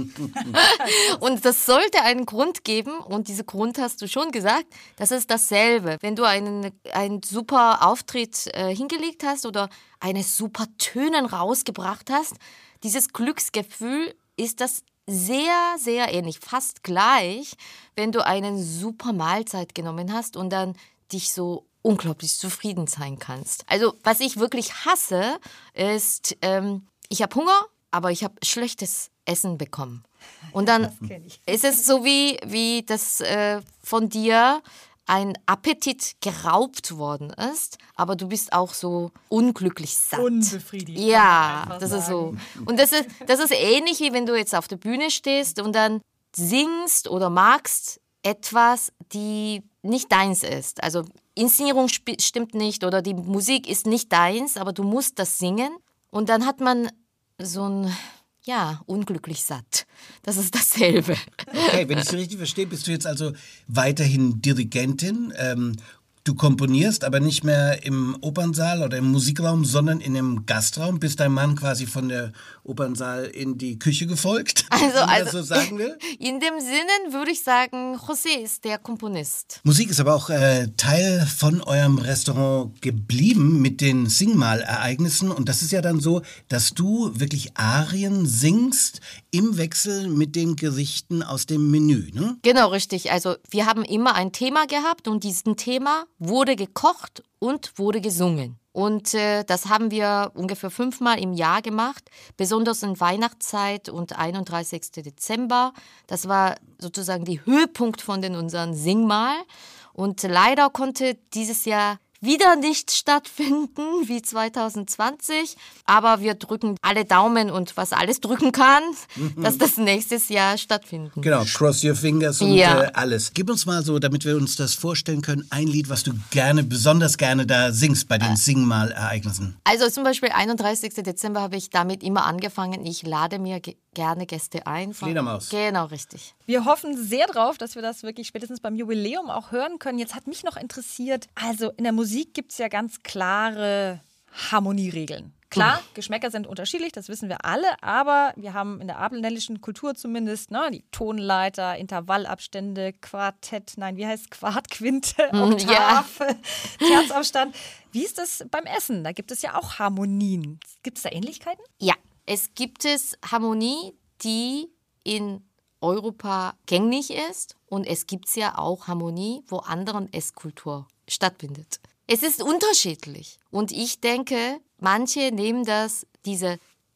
Und das sollte einen Grund geben, und diesen Grund hast du schon gesagt, das ist dasselbe. Wenn du einen, einen super Auftritt äh, hingelegt hast oder eine super Tönen rausgebracht hast, dieses Glücksgefühl ist das sehr, sehr ähnlich, fast gleich, wenn du eine super Mahlzeit genommen hast und dann dich so unglaublich zufrieden sein kannst. Also was ich wirklich hasse, ist, ähm, ich habe Hunger, aber ich habe schlechtes Essen bekommen. Und dann ist es so wie, wie das äh, von dir ein Appetit geraubt worden ist, aber du bist auch so unglücklich satt. Unbefriedigt. Ja, das ist so. Und das ist, das ist ähnlich, wie wenn du jetzt auf der Bühne stehst und dann singst oder magst etwas, die nicht deins ist. Also Inszenierung sp- stimmt nicht oder die Musik ist nicht deins, aber du musst das singen. Und dann hat man so ein, ja, unglücklich satt. Das ist dasselbe. Okay, wenn ich es richtig verstehe, bist du jetzt also weiterhin Dirigentin. Ähm, du komponierst, aber nicht mehr im Opernsaal oder im Musikraum, sondern in einem Gastraum. Bist dein Mann quasi von der Opernsaal in die Küche gefolgt, Also, wenn man also das so sagen will? In dem Sinne würde ich sagen, José ist der Komponist. Musik ist aber auch äh, Teil von eurem Restaurant geblieben mit den Singmal-Ereignissen. Und das ist ja dann so, dass du wirklich Arien singst im Wechsel mit den Gerichten aus dem Menü, ne? Genau, richtig. Also wir haben immer ein Thema gehabt, und dieses Thema wurde gekocht und wurde gesungen. Und äh, das haben wir ungefähr fünfmal im Jahr gemacht, besonders in Weihnachtszeit und einunddreißigsten Dezember. Das war sozusagen der Höhepunkt von den unseren Singmal. Und leider konnte dieses Jahr wieder nicht stattfinden wie zwanzig zwanzig. Aber wir drücken alle Daumen und was alles drücken kann, dass das nächstes Jahr stattfinden. Genau, cross your fingers und Ja. äh, alles. Gib uns mal so, damit wir uns das vorstellen können, ein Lied, was du gerne, besonders gerne da singst bei den Singmal-Ereignissen. Also zum Beispiel einunddreißigsten Dezember habe ich damit immer angefangen. Ich lade mir ge- gerne Gäste ein. Fledermaus. Genau, richtig. Wir hoffen sehr drauf, dass wir das wirklich spätestens beim Jubiläum auch hören können. Jetzt hat mich noch interessiert, also in der Musik gibt es ja ganz klare Harmonieregeln. Klar, Geschmäcker sind unterschiedlich, das wissen wir alle, aber wir haben in der abendländischen Kultur zumindest ne, die Tonleiter, Intervallabstände, Quartett, nein, wie heißt es? Quart, Quinte, Oktave, Terzabstand. Wie ist das beim Essen? Da gibt es ja auch Harmonien. Gibt es da Ähnlichkeiten? Ja, es gibt es Harmonie, die in Europa gängig ist, und es gibt ja auch Harmonie, wo anderen Esskultur stattfindet. Es ist unterschiedlich, und ich denke, manche nehmen das, diese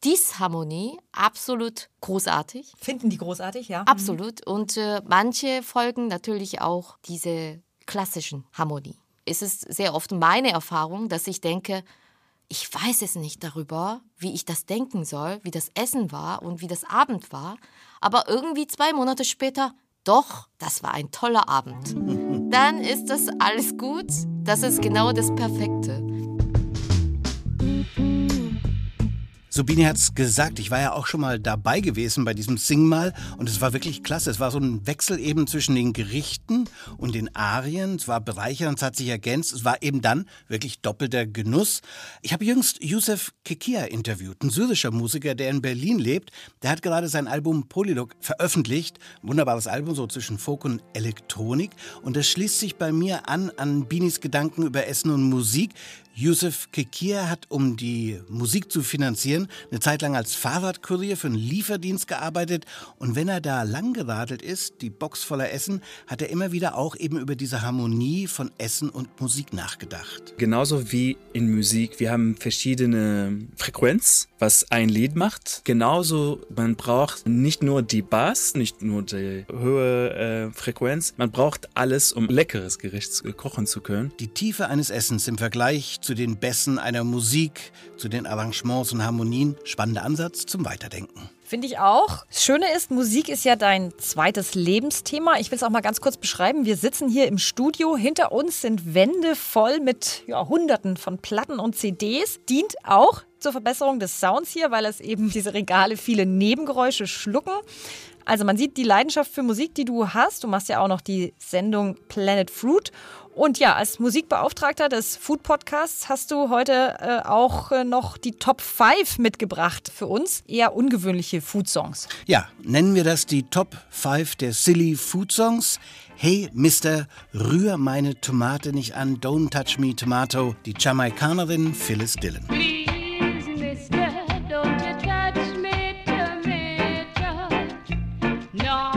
Disharmonie absolut großartig. Finden die großartig, ja? Absolut. Und äh, manche folgen natürlich auch diese klassischen Harmonie. Es ist sehr oft meine Erfahrung, dass ich denke, ich weiß es nicht darüber, wie ich das denken soll, wie das Essen war und wie das Abend war. Aber irgendwie zwei Monate später, doch, das war ein toller Abend. Dann ist das alles gut. Das ist genau das Perfekte. Sabine hat es gesagt, ich war ja auch schon mal dabei gewesen bei diesem Singmal und es war wirklich klasse. Es war so ein Wechsel eben zwischen den Gerichten und den Arien. Es war bereichernd, es hat sich ergänzt. Es war eben dann wirklich doppelter Genuss. Ich habe jüngst Yusuf Kekir interviewt, ein syrischer Musiker, der in Berlin lebt. Der hat gerade sein Album Polylog veröffentlicht. Ein wunderbares Album, so zwischen Folk und Elektronik. Und das schließt sich bei mir an, an Binis Gedanken über Essen und Musik. Yusuf Kekir hat, um die Musik zu finanzieren, eine Zeit lang als Fahrradkurier für einen Lieferdienst gearbeitet. Und wenn er da langgeradelt ist, die Box voller Essen, hat er immer wieder auch eben über diese Harmonie von Essen und Musik nachgedacht. Genauso wie in Musik. Wir haben verschiedene Frequenzen, was ein Lied macht. Genauso, man braucht nicht nur die Bass, nicht nur die hohe äh, Frequenz. Man braucht alles, um leckeres Gericht kochen zu können. Die Tiefe eines Essens im Vergleich zu den Bässen einer Musik, zu den Arrangements und Harmonien. Spannender Ansatz zum Weiterdenken. Finde ich auch. Das Schöne ist, Musik ist ja dein zweites Lebensthema. Ich will es auch mal ganz kurz beschreiben. Wir sitzen hier im Studio. Hinter uns sind Wände voll mit ja, Hunderten von Platten und C Ds. Dient auch zur Verbesserung des Sounds hier, weil es eben diese Regale viele Nebengeräusche schlucken. Also man sieht die Leidenschaft für Musik, die du hast. Du machst ja auch noch die Sendung Planet Fruit. Und ja, als Musikbeauftragter des Food Podcasts hast du heute äh, auch äh, noch die Top fünf mitgebracht für uns. Eher ungewöhnliche Food-Songs. Ja, nennen wir das die Top fünf der Silly Food Songs. Hey Mister, rühr meine Tomate nicht an, don't touch me tomato. Die Jamaikanerin Phyllis Dillon. Please, Mister, don't you touch me tomato. No.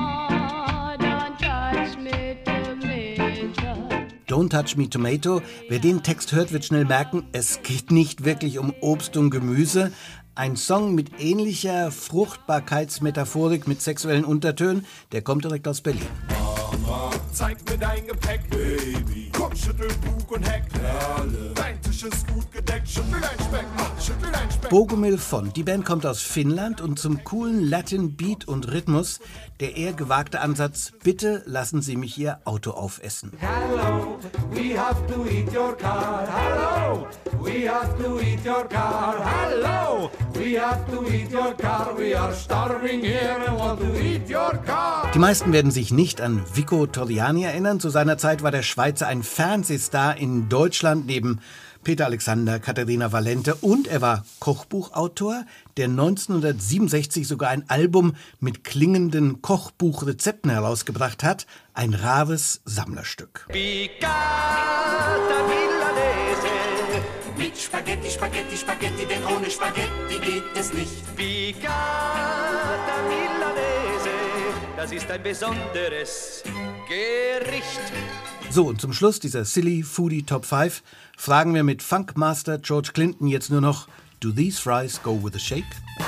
Don't Touch Me Tomato. Wer den Text hört, wird schnell merken, es geht nicht wirklich um Obst und Gemüse. Ein Song mit ähnlicher Fruchtbarkeitsmetaphorik mit sexuellen Untertönen, der kommt direkt aus Berlin. Mama, zeig mir dein Gepäck, Baby. Komm, schüttel Bug und Heck. Perle, dein Tisch ist gut gedeckt. Schüttel dein Speck, ah, schüttel dein Speck. Bogomil Font. Die Band kommt aus Finnland und zum coolen Latin Beat und Rhythmus der eher gewagte Ansatz, bitte lassen Sie mich Ihr Auto aufessen. Hello, we have to eat your car. Hello, we have to eat your car. Hello, we have to eat your car. We are starving here and want to eat your car. Die meisten werden sich nicht an Vico Torriani erinnern. Zu seiner Zeit war der Schweizer ein Fernsehstar in Deutschland neben Peter Alexander, Katharina Valente und er war Kochbuchautor, der neunzehnhundertsiebenundsechzig sogar ein Album mit klingenden Kochbuchrezepten herausgebracht hat. Ein rares Sammlerstück. Piccata Milanese. Mit Spaghetti, Spaghetti, Spaghetti, denn ohne Spaghetti geht es nicht. Piccata Milanese, das ist ein besonderes Gericht. So, und zum Schluss dieser Silly Foodie Top fünf fragen wir mit Funkmaster George Clinton jetzt nur noch, do these fries go with a shake?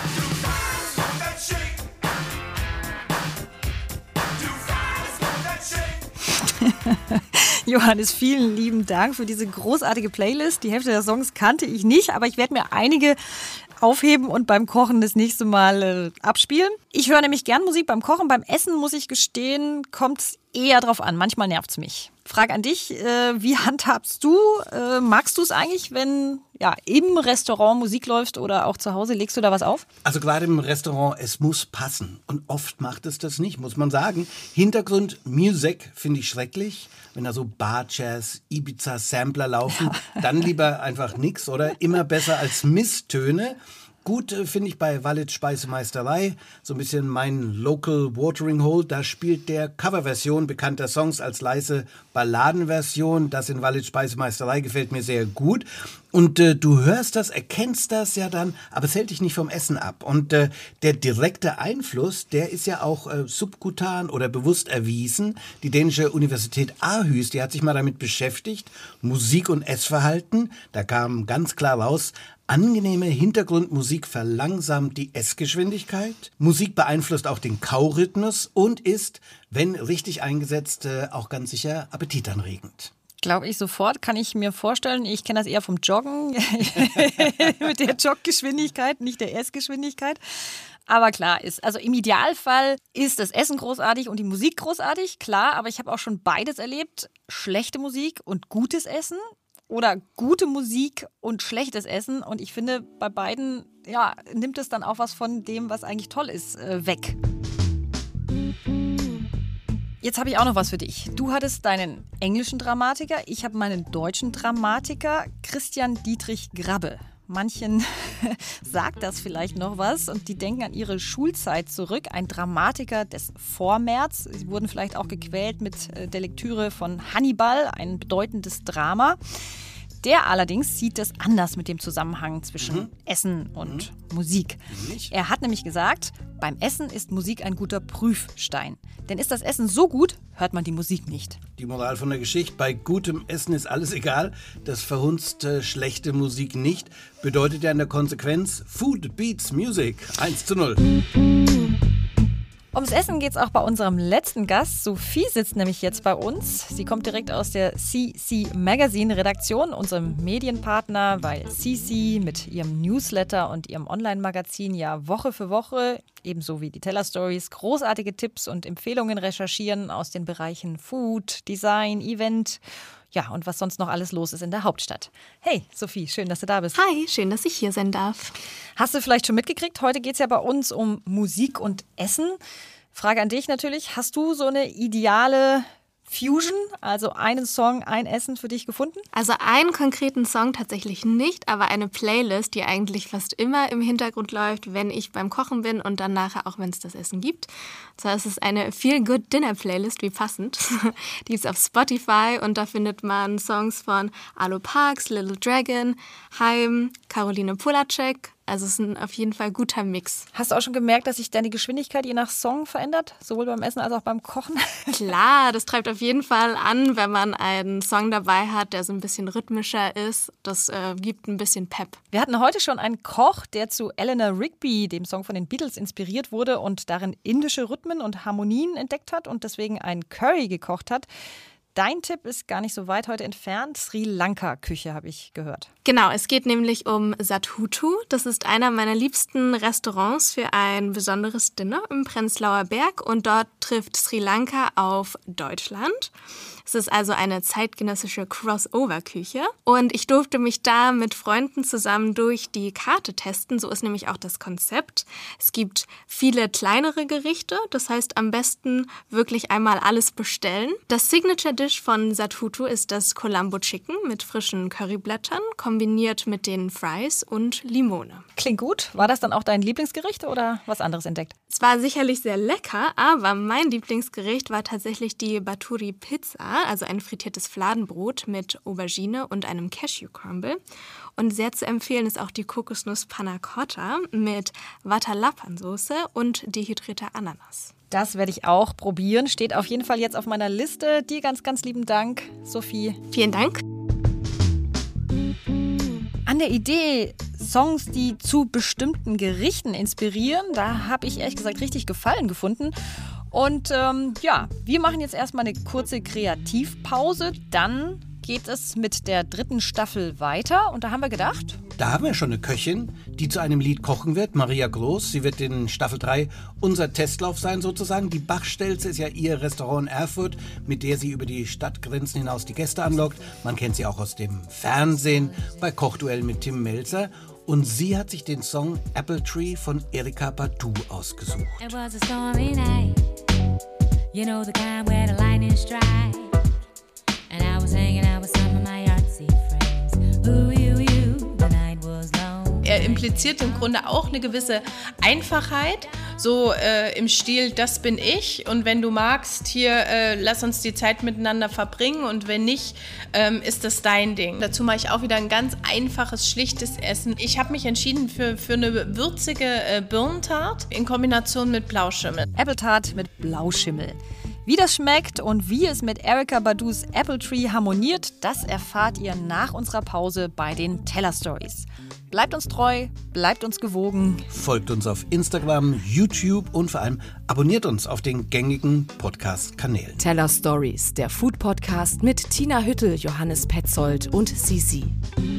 Johannes, vielen lieben Dank für diese großartige Playlist. Die Hälfte der Songs kannte ich nicht, aber ich werde mir einige aufheben und beim Kochen das nächste Mal äh, abspielen. Ich höre nämlich gern Musik beim Kochen. Beim Essen, muss ich gestehen, kommt es eher drauf an. Manchmal nervt es mich. Frage an dich, äh, wie handhabst du? Äh, magst du es eigentlich, wenn ja, im Restaurant Musik läuft oder auch zu Hause? Legst du da was auf? Also gerade im Restaurant, es muss passen. Und oft macht es das nicht, muss man sagen. Hintergrund Music finde ich schrecklich. Wenn da so Bar-Jazz, Ibiza-Sampler laufen, ja. Dann lieber einfach nix, oder? Immer besser als Misstöne. Gut äh, finde ich bei Walid Speisemeisterei, so ein bisschen mein Local Watering Hole, da spielt der Coverversion bekannter Songs als leise Balladenversion. Das in Walid Speisemeisterei gefällt mir sehr gut. Und äh, du hörst das, erkennst das ja dann, aber es hält dich nicht vom Essen ab. Und äh, der direkte Einfluss, der ist ja auch äh, subkutan oder bewusst erwiesen. Die dänische Universität Aarhus, die hat sich mal damit beschäftigt, Musik und Essverhalten. Da kam ganz klar raus, Angenehme Hintergrundmusik verlangsamt die Essgeschwindigkeit. Musik beeinflusst auch den Kaurhythmus und ist, wenn richtig eingesetzt, äh, auch ganz sicher appetitanregend. Glaube ich sofort, kann ich mir vorstellen. Ich kenne das eher vom Joggen mit der Joggeschwindigkeit, nicht der Essgeschwindigkeit. Aber klar ist, also im Idealfall ist das Essen großartig und die Musik großartig, klar, aber ich habe auch schon beides erlebt. Schlechte Musik und gutes Essen oder gute Musik und schlechtes Essen. Und ich finde, bei beiden ja, nimmt es dann auch was von dem, was eigentlich toll ist, äh, weg. Jetzt habe ich auch noch was für dich. Du hattest deinen englischen Dramatiker, ich habe meinen deutschen Dramatiker, Christian Dietrich Grabbe. Manchen sagt das vielleicht noch was und die denken an ihre Schulzeit zurück. Ein Dramatiker des Vormärz. Sie wurden vielleicht auch gequält mit der Lektüre von Hannibal, ein bedeutendes Drama. Der allerdings sieht es anders mit dem Zusammenhang zwischen mhm. Essen und mhm. Musik. Nicht. Er hat nämlich gesagt, beim Essen ist Musik ein guter Prüfstein. Denn ist das Essen so gut, hört man die Musik nicht. Die Moral von der Geschichte, bei gutem Essen ist alles egal. Das verhunzt äh, schlechte Musik nicht. Bedeutet ja in der Konsequenz, Food beats Music. eins zu null. Ums Essen geht es auch bei unserem letzten Gast. Sophie sitzt nämlich jetzt bei uns. Sie kommt direkt aus der C C Magazine Redaktion, unserem Medienpartner, weil C C mit ihrem Newsletter und ihrem Online-Magazin ja Woche für Woche, ebenso wie die Teller Stories, großartige Tipps und Empfehlungen recherchieren aus den Bereichen Food, Design, Event, ja, und was sonst noch alles los ist in der Hauptstadt. Hey, Sophie, schön, dass du da bist. Hi, schön, dass ich hier sein darf. Hast du vielleicht schon mitgekriegt, heute geht es ja bei uns um Musik und Essen. Frage an dich natürlich, hast du so eine ideale Fusion, also einen Song, ein Essen für dich gefunden? Also einen konkreten Song tatsächlich nicht, aber eine Playlist, die eigentlich fast immer im Hintergrund läuft, wenn ich beim Kochen bin und dann nachher auch, wenn es das Essen gibt. Und zwar ist es eine Feel-Good-Dinner-Playlist, wie passend. Die ist auf Spotify und da findet man Songs von Arlo Parks, Little Dragon, Haim, Caroline Polacek. Also es ist ein auf jeden Fall guter Mix. Hast du auch schon gemerkt, dass sich deine Geschwindigkeit je nach Song verändert? Sowohl beim Essen als auch beim Kochen? Klar, das treibt auf jeden Fall an, wenn man einen Song dabei hat, der so ein bisschen rhythmischer ist. Das äh, gibt ein bisschen Pep. Wir hatten heute schon einen Koch, der zu Eleanor Rigby, dem Song von den Beatles, inspiriert wurde und darin indische Rhythmen und Harmonien entdeckt hat und deswegen ein Curry gekocht hat. Dein Tipp ist gar nicht so weit heute entfernt. Sri Lanka-Küche, habe ich gehört. Genau, es geht nämlich um Sathutu. Das ist einer meiner liebsten Restaurants für ein besonderes Dinner im Prenzlauer Berg. Und dort trifft Sri Lanka auf Deutschland. Es ist also eine zeitgenössische Crossover-Küche. Und ich durfte mich da mit Freunden zusammen durch die Karte testen. So ist nämlich auch das Konzept. Es gibt viele kleinere Gerichte. Das heißt, am besten wirklich einmal alles bestellen. Das Signature-Dish von Sathutu ist das Colombo Chicken mit frischen Curryblättern, kombiniert mit den Fries und Limone. Klingt gut. War das dann auch dein Lieblingsgericht oder was anderes entdeckt? Es war sicherlich sehr lecker, aber mein Lieblingsgericht war tatsächlich die Baturi Pizza, also ein frittiertes Fladenbrot mit Aubergine und einem Cashew-Crumble. Und sehr zu empfehlen ist auch die Kokosnuss Panna Cotta mit Vatalapan-Soße und dehydrierter Ananas. Das werde ich auch probieren. Steht auf jeden Fall jetzt auf meiner Liste. Dir ganz, ganz lieben Dank, Sophie. Vielen Dank. An der Idee, Songs, die zu bestimmten Gerichten inspirieren, da habe ich ehrlich gesagt richtig Gefallen gefunden. Und ähm, ja, wir machen jetzt erstmal eine kurze Kreativpause. Dann geht es mit der dritten Staffel weiter. Und da haben wir gedacht... Da haben wir schon eine Köchin, die zu einem Lied kochen wird, Maria Groß. Sie wird in Staffel drei unser Testlauf sein sozusagen. Die Bachstelze ist ja ihr Restaurant in Erfurt, mit der sie über die Stadtgrenzen hinaus die Gäste anlockt. Man kennt sie auch aus dem Fernsehen, bei Kochduell mit Tim Melzer. Und sie hat sich den Song Apple Tree von Erykah Badu ausgesucht. It was a stormy night, you know the kind where the lightning strike. And I was hanging out with some of my artsy friends. Ooh, you, you, the night was long. Er impliziert im Grunde auch eine gewisse Einfachheit, so äh, im Stil, das bin ich und wenn du magst, hier, äh, lass uns die Zeit miteinander verbringen und wenn nicht, ähm, ist das dein Ding. Dazu mache ich auch wieder ein ganz einfaches, schlichtes Essen. Ich habe mich entschieden für, für eine würzige äh, Birnentart in Kombination mit Blauschimmel. Apple Tart mit Blauschimmel. Wie das schmeckt und wie es mit Erykah Badus Apple Tree harmoniert, das erfahrt ihr nach unserer Pause bei den Teller Stories. Bleibt uns treu, bleibt uns gewogen. Folgt uns auf Instagram, YouTube und vor allem abonniert uns auf den gängigen Podcast-Kanälen. Teller Stories, der Food-Podcast mit Tina Hüttel, Johannes Petzold und Sisi.